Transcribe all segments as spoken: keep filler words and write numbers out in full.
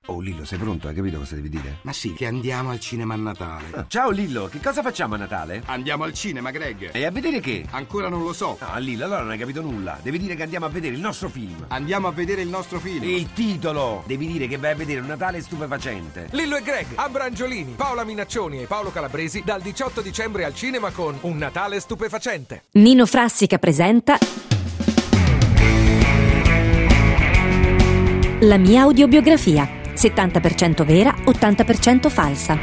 Oh Lillo, sei pronto? Hai capito cosa devi dire? Ma sì, che andiamo al cinema a Natale. Ah, ciao Lillo, che cosa facciamo a Natale? Andiamo al cinema, Greg. E a vedere che? Ancora non lo so. No, Lillo, allora non hai capito nulla. Devi dire che andiamo a vedere il nostro film. Andiamo a vedere il nostro film. Il titolo! Devi dire che vai a vedere un Natale stupefacente. Lillo e Greg, Abrangiolini, Paola Minaccioni e Paolo Calabresi dal diciotto dicembre al cinema con Un Natale stupefacente. Nino Frassica presenta La mia audiobiografia. settanta per cento vera, ottanta per cento falsa.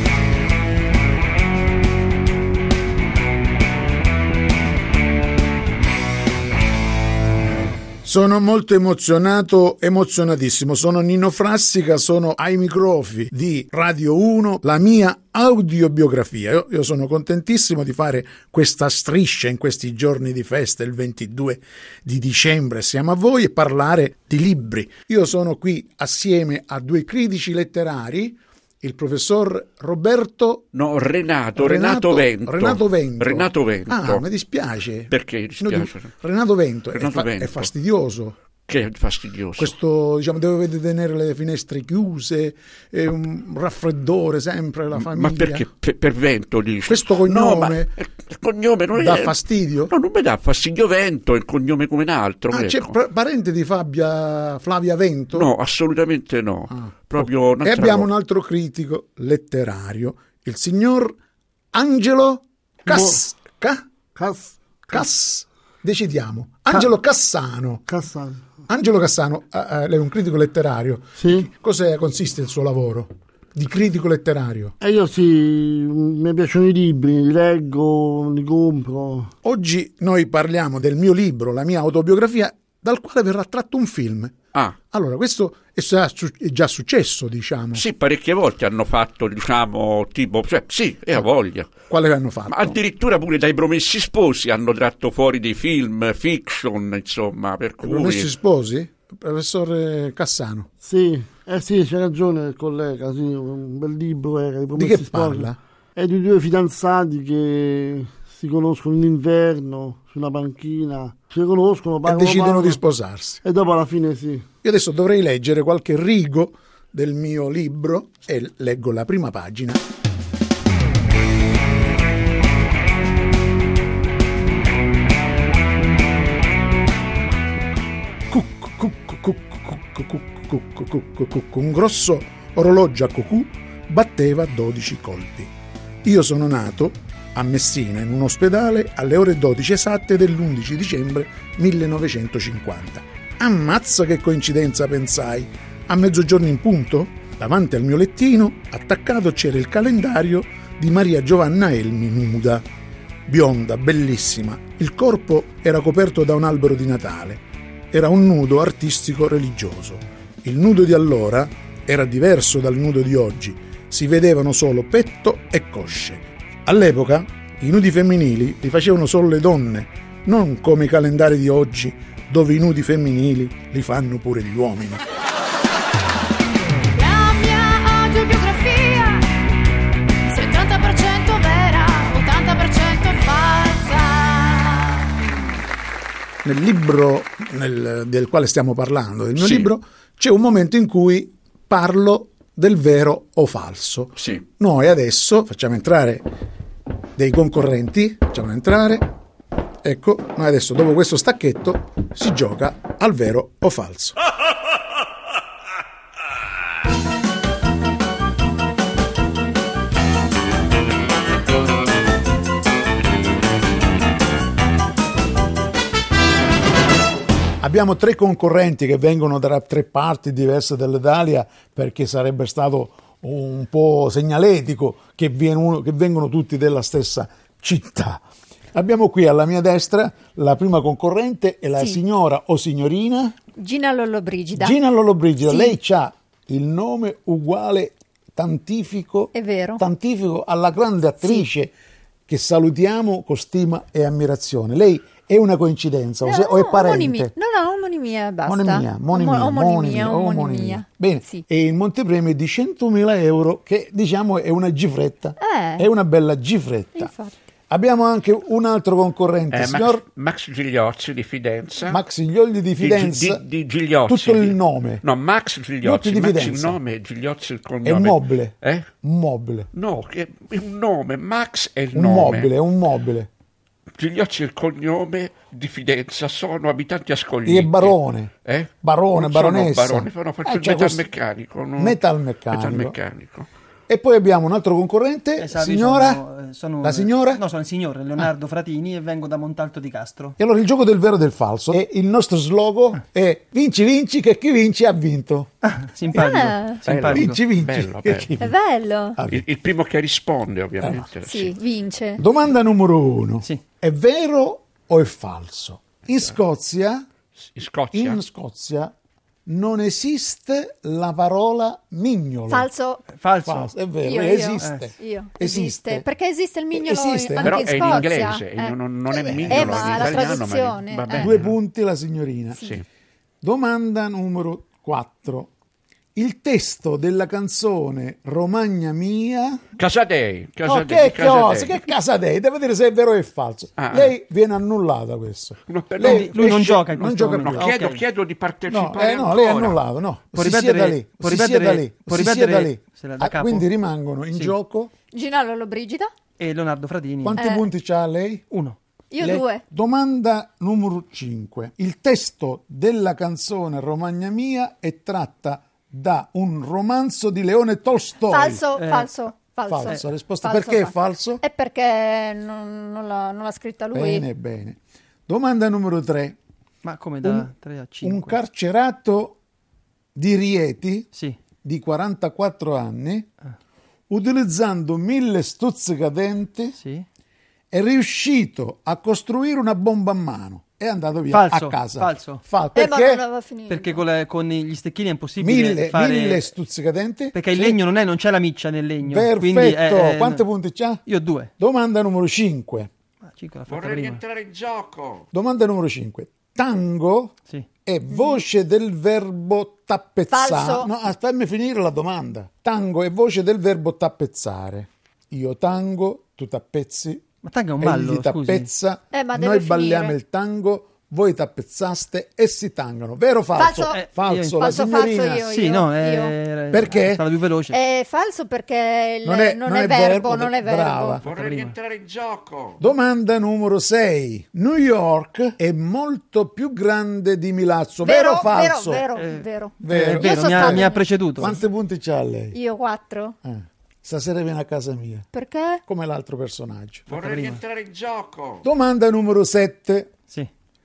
Sono molto emozionato, emozionatissimo. Sono Nino Frassica, sono ai microfoni di Radio uno, la mia audiobiografia. Io, io sono contentissimo di fare questa striscia in questi giorni di festa, il ventidue di dicembre. Siamo a voi e parlare di libri. Io sono qui assieme a due critici letterari, il professor Roberto... No, Renato, Renato, Renato Vento. Renato Vento. Renato Vento. Ah, mi dispiace. Perché dispiace? Renato Vento, Renato è, fa- Vento. È fastidioso. Che è fastidioso? Questo, diciamo, deve tenere le finestre chiuse, è un raffreddore sempre la famiglia. Ma perché per, per Vento dici? Questo cognome, no, ma il cognome non dà è... fastidio? No, non mi dà fastidio Vento, è il cognome come un altro. Ah, ecco. c'è p- parente di Fabia, Flavia Vento? No, assolutamente no. Ah. Proprio E abbiamo un altro critico letterario, il signor Angelo Cass... Mo- Ca- Cass... Cass... Decidiamo. Angelo Cassano. Cassano. Angelo Cassano, eh, eh, lei è un critico letterario. Sì. Cos'è consiste il suo lavoro di critico letterario? E io sì, mi piacciono i libri, li leggo, li compro. Oggi noi parliamo del mio libro, la mia autobiografia, dal quale verrà tratto un film. Ah. Allora, questo è già, è già successo, diciamo. Sì, parecchie volte hanno fatto, diciamo, tipo, cioè, sì, è a voglia. Quale hanno fatto? Ma addirittura pure dai Promessi Sposi hanno tratto fuori dei film, fiction, insomma, per cui... I Promessi Sposi? Professore Cassano. Sì, eh sì, c'è ragione il collega, sì, un bel libro era. I Di che parla? È di due fidanzati che si conoscono in inverno, su una panchina, si conoscono, E parlano, decidono parlano, di sposarsi. e dopo alla fine sì. Io adesso dovrei leggere qualche rigo del mio libro e leggo la prima pagina. Un grosso orologio a cucù batteva dodici colpi. Io sono nato a Messina in un ospedale alle ore dodici esatte dell'undici dicembre millenovecentocinquanta. Ammazza che coincidenza, pensai. A mezzogiorno in punto, davanti al mio lettino, attaccato c'era il calendario di Maria Giovanna Elmi nuda. Bionda, bellissima, il corpo era coperto da un albero di Natale. Era un nudo artistico religioso. Il nudo di allora era diverso dal nudo di oggi. Si vedevano solo petto e cosce. All'epoca i nudi femminili li facevano solo le donne, non come i calendari di oggi dove i nudi femminili li fanno pure gli uomini. La mia audiobiografia, settanta per cento vera, ottanta per cento falsa. Nel libro nel, del quale stiamo parlando, del mio Sì. libro, c'è un momento in cui parlo del vero o falso. Sì. Noi adesso facciamo entrare dei concorrenti, facciamo entrare, ecco, noi adesso dopo questo stacchetto si gioca al vero o falso. Abbiamo tre concorrenti che vengono da tre parti diverse dell'Italia, perché sarebbe stato un po' segnaletico che, viene, che vengono tutti della stessa città. Abbiamo qui alla mia destra la prima concorrente è la Sì. signora o signorina Gina Lollobrigida. Gina Lollobrigida. Sì. Lei ha il nome uguale tantifico, È vero. tantifico alla grande attrice che salutiamo con stima e ammirazione. Lei è una coincidenza o, se- o è parente? Omonimia. No, no, omonimia, basta. Monimia, monimia, Omo- monimia, omonimia, omonimia. Bene, Sì. e il montepremio è di centomila euro, che diciamo è una gifretta, Eh. è una bella gifretta. Infatti. Abbiamo anche un altro concorrente, Eh, signor Max, Max Gigliozzi di Fidenza. Max Giglioli di Fidenza. Di, di, di Gigliozzi. Tutto il di- nome. No, Max Gigliozzi. Di Max il Fidenza. nome, Gigliozzi il cognome. È un mobile. Eh? Un mobile. No, che è un nome. Max è il Un nome. mobile, un mobile. Gigliozzi è il cognome, di Fidenza, sono abitanti a Scoglitti. E barone. Eh? Barone, Non sono baronessa. barone, no, faccio Eh, il c'è questo- metalmeccanico. no? Metalmeccanico. Metalmeccanico. E poi abbiamo un altro concorrente, Esatto, io signora? sono, eh, sono- La signora? No, sono il signore Leonardo Fratini e vengo da Montalto di Castro. E allora il gioco del vero e del falso. E il nostro slogan è vinci vinci che chi vince ha vinto. Simpatico. Ah. simpatico. Vinci vinci Bello, che bello. chi È vince. bello. Ah, Il, il primo che risponde, ovviamente. Sì, vince. Domanda numero uno. Sì. È vero o è falso? In Scozia, In Scozia? in Scozia non esiste la parola mignolo. Falso. Falso. Falso, è vero, Io, io. esiste. Eh, io. Esiste. Perché esiste il mignolo Esiste. anche Però in è in Scozia. inglese, Eh. non, non è mignolo Eh, in ma la italiano, ma traduzione, va eh. bene. Due punti la signorina. Sì. Domanda numero quattro. Il testo della canzone Romagna Mia. Casadei. Oh, Casadei, che cosa? Casadei. Che Casadei? Deve dire se è vero o è falso. Ah, Lei viene annullata questo. No, per- Lei- Lui non lei- gioca in non questo gioca momento. più. No, chiedo, Ok. chiedo di No, partecipare eh, no, ancora. lei è annullato, no. Può si ripetere- sieda lì, può si ripetere- sieda lì, può si ripetere sieda lì. se la da Ah, capo? quindi rimangono in Sì. gioco. Gina Lollobrigida? E Leonardo Fratini. Quanti Eh. punti c'ha lei? Uno. Io Lei- due. Domanda numero cinque. Il testo della canzone Romagna Mia è tratta da un romanzo di Leone Tolstoi. Falso, Eh. falso, falso. Falso, la risposta Falso, perché è fa- falso? È perché non, non l'ha, non l'ha scritta lui. Bene, bene. Domanda numero tre. Ma come da Un- tre a cinque? Un carcerato di Rieti Sì. di quarantaquattro anni, utilizzando mille stuzzicadenti, Sì. è riuscito a costruire una bomba a mano. È andato via Falso, a casa. falso. Fa- Eh, ma perché? non aveva finito. Perché con, le- con gli stecchini è impossibile Mille, fare... mille stuzzicadenti. Perché il Sì. legno non è, non c'è la miccia nel legno. Perfetto. Quindi è- è- Quanti punti c'ha? Io ho due. Domanda numero cinque. Ah, cinque l'ha fatta Vorrei prima. rientrare in gioco. Domanda numero cinque. Tango Sì. è voce del verbo tappezzare. Falso. No, fammi finire la domanda. Tango è voce del verbo tappezzare. Io tango, tu tappezzi, Ma tango è un ballo, egli scusi. tappezza, Eh, ma deve noi balliamo finire. il tango, voi tappezzaste e si tangano. Vero o falso? Falso. Eh, falso, io- la Falso, falso signorina. io. Sì, no, è... io. Perché? È stata più veloce. È falso perché il- Non è- non non è è verbo, verbo, non è verbo. brava. Vorrei prima. rientrare in gioco. Domanda numero sei. New York è molto più grande di Milazzo. Vero, Vero, o falso? Vero, Eh, vero, vero. Vero. È Io vero, sono mi ha, stata- mi ha preceduto. Quanti punti c'ha lei? Io quattro. Eh, Stasera viene a casa mia, Perché? come l'altro personaggio. Vorrei prima. rientrare in gioco. Domanda numero sette. Sì.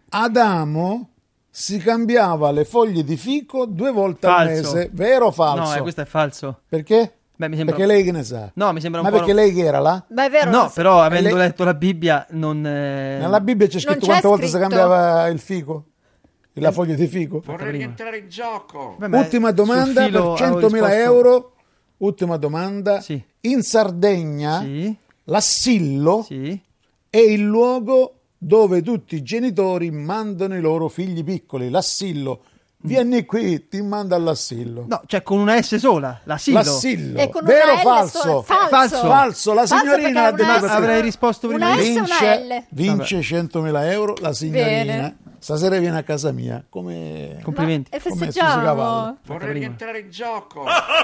Adamo si cambiava le foglie di fico due volte al Falso. mese. Vero o No, falso? eh, questo è falso. Perché? Beh, mi sembra... Perché lei che ne sa? No, mi sembra un Ma po'... perché lei che era là? Beh, è vero. No, non so. però avendo lei- letto la Bibbia non... eh, Nella Bibbia c'è scritto c'è quante volte si scritto. cambiava il fico? La foglia di fico? Vorrei prima. rientrare in gioco. Beh, ma Ultima sul domanda filo per avevo centomila risposto- euro. Ultima domanda. Sì. In Sardegna Sì, l'assillo sì. è il luogo dove tutti i genitori mandano i loro figli piccoli. L'assillo. Vieni qui, ti manda all'assillo. No, cioè con una S sola, l'assillo. L'assillo. E con Vero o una L falso? sola- falso. Falso. Falso, la Falso signorina ha perché detto una che S- Avrei risposto prima Una io. S e una vince, L. vince centomila euro la signorina. Bene. Stasera viene a casa mia. Come... Complimenti. E Come festeggiamo. Cavallo. Vorrei prima. rientrare in gioco.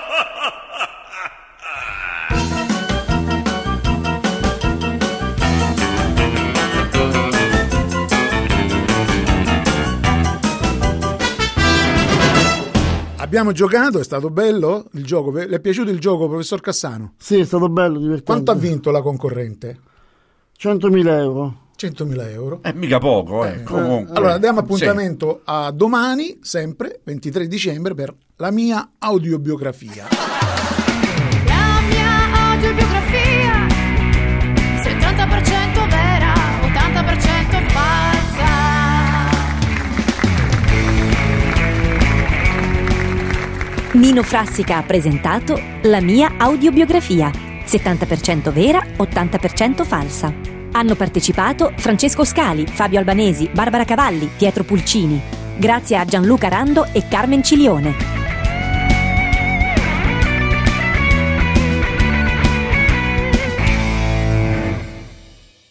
Abbiamo giocato, è stato bello il gioco. Le è piaciuto il gioco, professor Cassano? Sì, è stato bello, divertente. Quanto ha vinto la concorrente? centomila euro. centomila euro. Eh, mica poco, eh. Comunque. Allora diamo appuntamento a domani, sempre ventitré dicembre, per la mia audiobiografia. La mia autobiografia, settanta per cento vera, ottanta per cento falsa. Nino Frassica ha presentato La mia audiobiografia, settanta per cento vera, ottanta per cento falsa. Hanno partecipato Francesco Scali, Fabio Albanesi, Barbara Cavalli, Pietro Pulcini. Grazie a Gianluca Rando e Carmen Cilione.